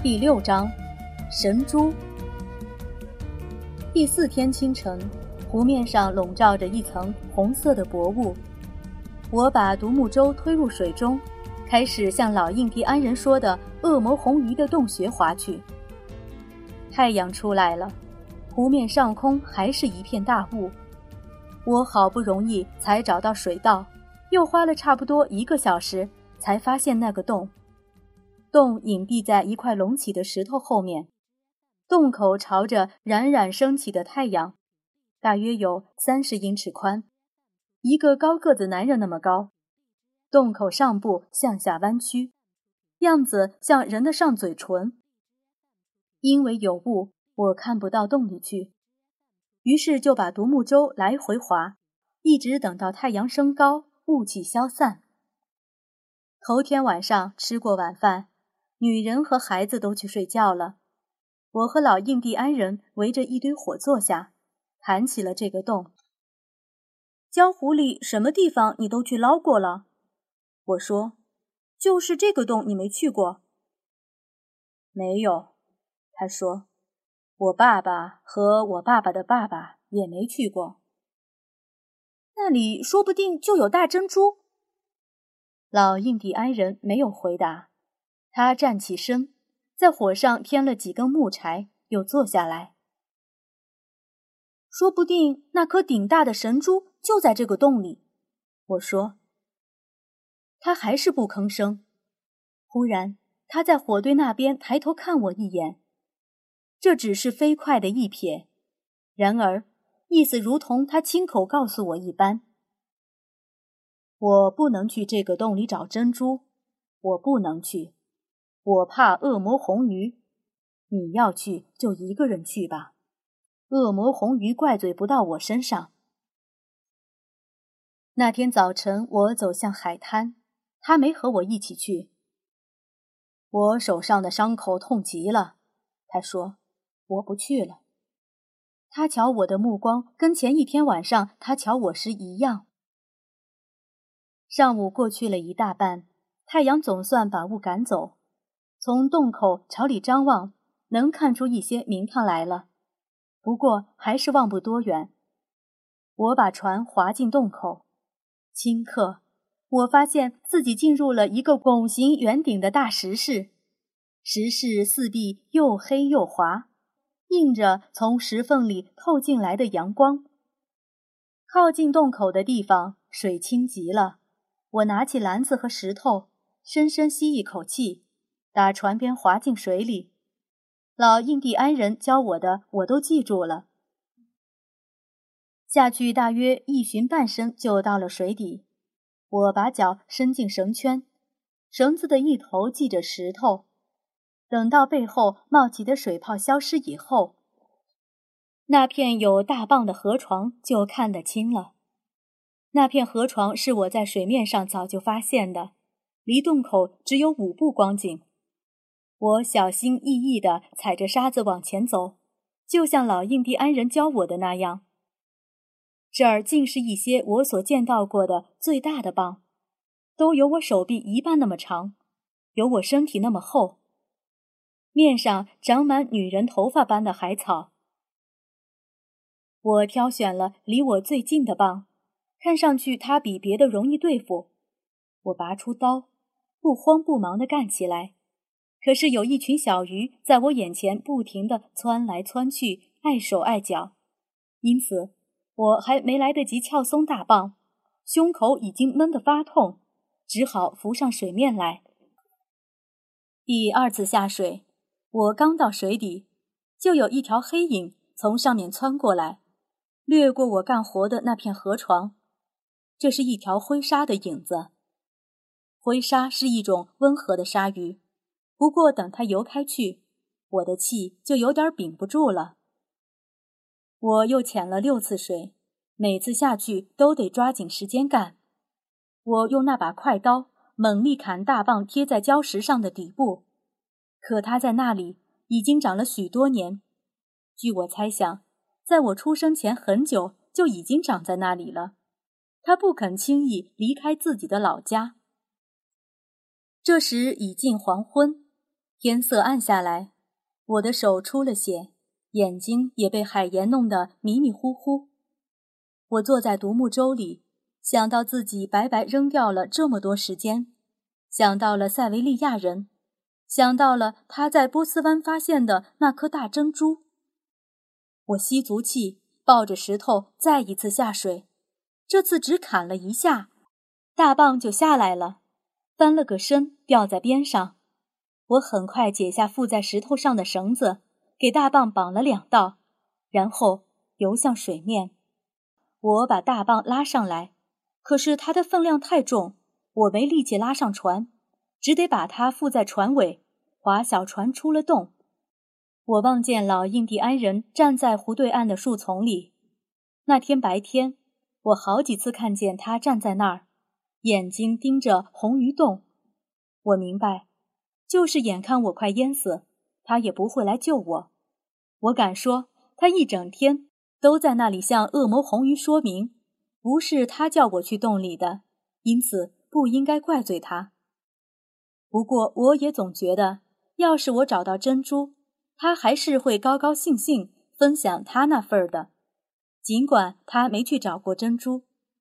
第6章神珠。第4天清晨，湖面上笼罩着一层红色的薄雾。我把独木舟推入水中，开始向老印第安人说的恶魔红鱼的洞穴划去。太阳出来了，湖面上空还是一片大雾。我好不容易才找到水道，又花了差不多1个小时才发现那个洞。洞隐蔽在一块隆起的石头后面，洞口朝着冉冉升起的太阳，大约有30英尺宽，一个高个子男人那么高。洞口上部向下弯曲，样子像人的上嘴唇。因为有雾，我看不到洞里去，于是就把独木舟来回划，一直等到太阳升高，雾气消散。头天晚上吃过晚饭，女人和孩子都去睡觉了。我和老印第安人围着一堆火坐下，谈起了这个洞。江湖里什么地方你都去捞过了？我说，就是这个洞你没去过。没有，他说，我爸爸和我爸爸的爸爸也没去过。那里说不定就有大珍珠。老印第安人没有回答，他站起身，在火上添了几根木柴，又坐下来。说不定那颗顶大的神珠就在这个洞里，我说。他还是不吭声。忽然，他在火堆那边抬头看我一眼，这只是飞快的一瞥，然而意思如同他亲口告诉我一般。我不能去这个洞里找珍珠，我不能去，我怕恶魔红鱼。你要去就一个人去吧，恶魔红鱼怪罪不到我身上。那天早晨我走向海滩，他没和我一起去。我手上的伤口痛极了，他说，我不去了。他瞧我的目光跟前一天晚上他瞧我时一样。上午过去了一大半，太阳总算把雾赶走，从洞口朝里张望，能看出一些名堂来了，不过还是望不多远。我把船划进洞口，顷刻，我发现自己进入了一个拱形圆顶的大石室，石室四壁又黑又滑，映着从石缝里透进来的阳光。靠近洞口的地方水清极了，我拿起篮子和石头，深深吸一口气，打船边滑进水里。老印第安人教我的我都记住了。下去大约1寻半升就到了水底，我把脚伸进绳圈，绳子的一头系着石头，等到背后冒起的水泡消失以后，那片有大蚌的河床就看得清了。那片河床是我在水面上早就发现的，离洞口只有5步光景。我小心翼翼地踩着沙子往前走，就像老印第安人教我的那样。这儿竟是一些我所见到过的最大的蚌，都有我手臂1半那么长，有我身体那么厚，面上长满女人头发般的海草。我挑选了离我最近的蚌，看上去它比别的容易对付。我拔出刀，不慌不忙地干起来。可是有一群小鱼在我眼前不停地窜来窜去，碍手碍脚，因此我还没来得及撬松大蚌，胸口已经闷得发痛，只好浮上水面来。第2次下水，我刚到水底，就有一条黑影从上面窜过来，掠过我干活的那片河床。这是一条灰鲨的影子。灰鲨是一种温和的鲨鱼，不过等它游开去，我的气就有点屏不住了。我又潜了6次水，每次下去都得抓紧时间干。我用那把快刀猛力砍大蚌贴在礁石上的底部，可它在那里已经长了许多年。据我猜想，在我出生前很久就已经长在那里了。它不肯轻易离开自己的老家。这时已近黄昏， 天色暗下来，我的手出了血，眼睛也被海盐弄得迷迷糊糊。我坐在独木舟里，想到自己白白扔掉了这么多时间，想到了塞维利亚人，想到了他在波斯湾发现的那颗大珍珠。我吸足气，抱着石头再一次下水，这次只砍了一下，大蚌就下来了，翻了个身，掉在边上。我很快解下附在石头上的绳子，给大蚌绑了2道，然后游向水面。我把大蚌拉上来，可是它的分量太重，我没力气拉上船，只得把它附在船尾，划小船出了洞。我望见老印第安人站在湖对岸的树丛里。那天白天，我好几次看见他站在那儿，眼睛盯着红鱼洞。我明白，就是眼看我快淹死，他也不会来救我。我敢说，他一整天都在那里向恶魔红鱼说明，不是他叫我去洞里的，因此不应该怪罪他。不过我也总觉得，要是我找到珍珠，他还是会高高兴兴分享他那份儿的，尽管他没去找过珍珠。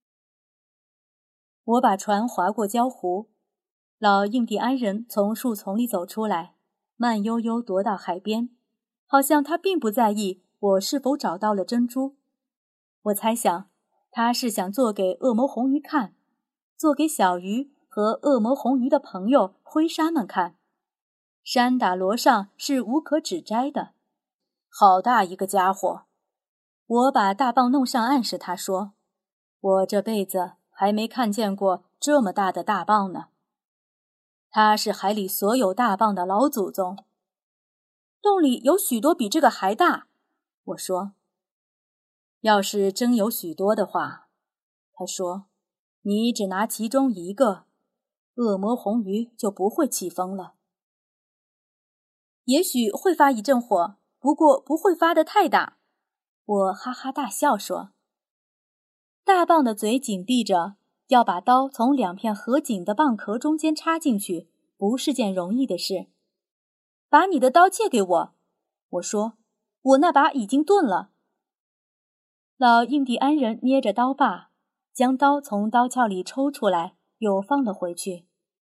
我把船划过礁湖，老印第安人从树丛里走出来，慢悠悠踱到海边，好像他并不在意我是否找到了珍珠。我猜想，他是想做给恶魔红鱼看，做给小鱼和恶魔红鱼的朋友灰鲨们看。山打罗上是无可指摘的。好大一个家伙！我把大蚌弄上岸时，他说：“我这辈子还没看见过这么大的大蚌呢。他是海里所有大蚌的老祖宗。洞里有许多比这个还大。”我说：“要是真有许多的话，”他说，你只拿其中一个，恶魔红鱼就不会起风了。也许会发一阵火，不过不会发得太大。我哈哈大笑说。大蚌的嘴紧闭着，要把刀从2片合紧的蚌壳中间插进去，不是件容易的事。把你的刀借给我，我说，我那把已经钝了。老印第安人捏着刀把，将刀从刀鞘里抽出来，又放了回去。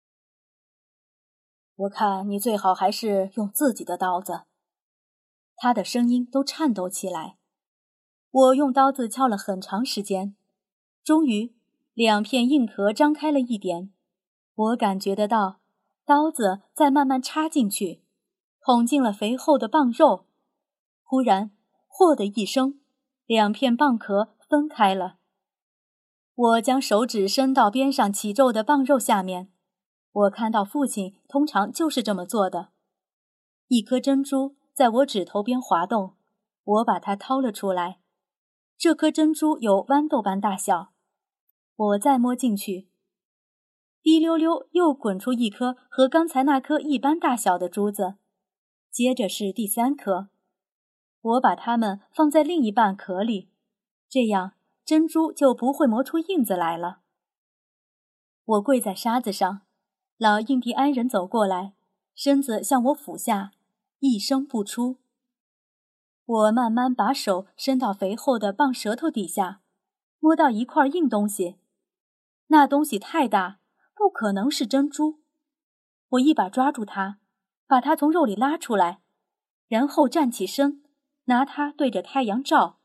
我看你最好还是用自己的刀子。他的声音都颤抖起来。我用刀子敲了很长时间，终于2片硬壳张开了一点，我感觉得到刀子在慢慢插进去，捅进了肥厚的蚌肉。忽然，嚯的一声，2片蚌壳分开了。我将手指伸到边上起皱的蚌肉下面，我看到父亲通常就是这么做的。一颗珍珠在我指头边滑动，我把它掏了出来。这颗珍珠有豌豆般大小，我再摸进去，滴溜溜又滚出一颗和刚才那颗一般大小的珠子，接着是第3颗。我把它们放在另一半壳里，这样珍珠就不会磨出印子来了。我跪在沙子上，老印第安人走过来，身子向我俯下，一声不出。我慢慢把手伸到肥厚的蚌舌头底下，摸到一块硬东西。那东西太大，不可能是珍珠。我一把抓住它，把它从肉里拉出来，然后站起身，拿它对着太阳照。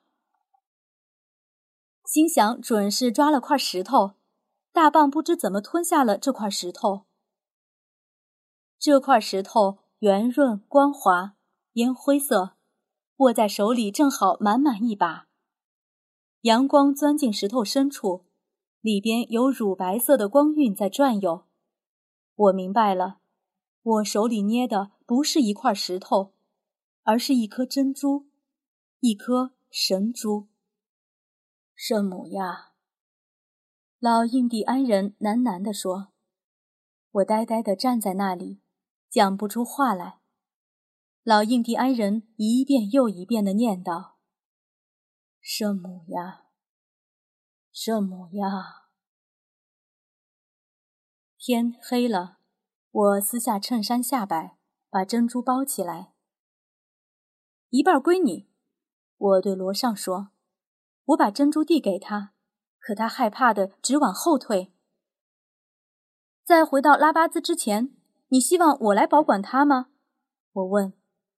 心想准是抓了块石头，大蚌不知怎么吞下了这块石头。这块石头圆润光滑，烟灰色，握在手里正好满满一把。阳光钻进石头深处，里边有乳白色的光晕在转悠。我明白了，我手里捏的不是一块石头，而是一颗珍珠，一颗神珠。圣母呀，老印第安人喃喃地说。我呆呆地站在那里，讲不出话来。老印第安人一遍又一遍地念叨：圣母呀，圣母呀。天黑了，我撕下衬衫下摆， 把珍珠包起来。一半归你，我对罗尚说。我把珍珠递给他，可他害怕的直往后退。在回到拉巴兹之前，你希望我来保管它吗？我问。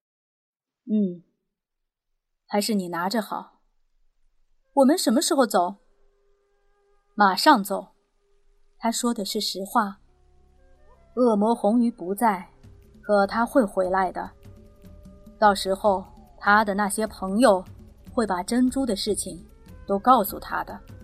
还是你拿着好。我们什么时候走？马上走。他说的是实话。恶魔红鱼不在，可他会回来的。到时候他的那些朋友会把珍珠的事情都告诉他的。